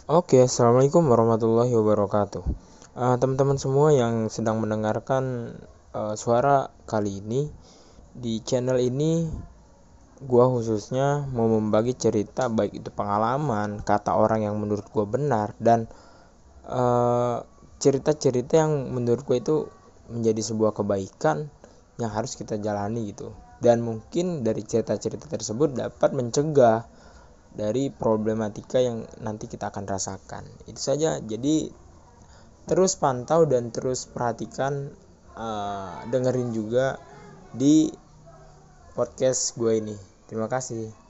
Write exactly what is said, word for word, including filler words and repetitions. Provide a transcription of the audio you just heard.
Oke, assalamualaikum warahmatullahi wabarakatuh. Eh, teman-teman semua yang sedang mendengarkan eh, suara kali ini di channel ini, gua khususnya mau membagi cerita baik itu pengalaman, kata orang yang menurut gua benar dan eh, cerita-cerita yang menurut gua itu menjadi sebuah kebaikan yang harus kita jalani gitu. Dan mungkin dari cerita-cerita tersebut dapat mencegah dari problematika yang nanti kita akan rasakan. Itu saja. Jadi terus pantau dan terus perhatikan, uh, dengerin juga di podcast gue ini. Terima kasih.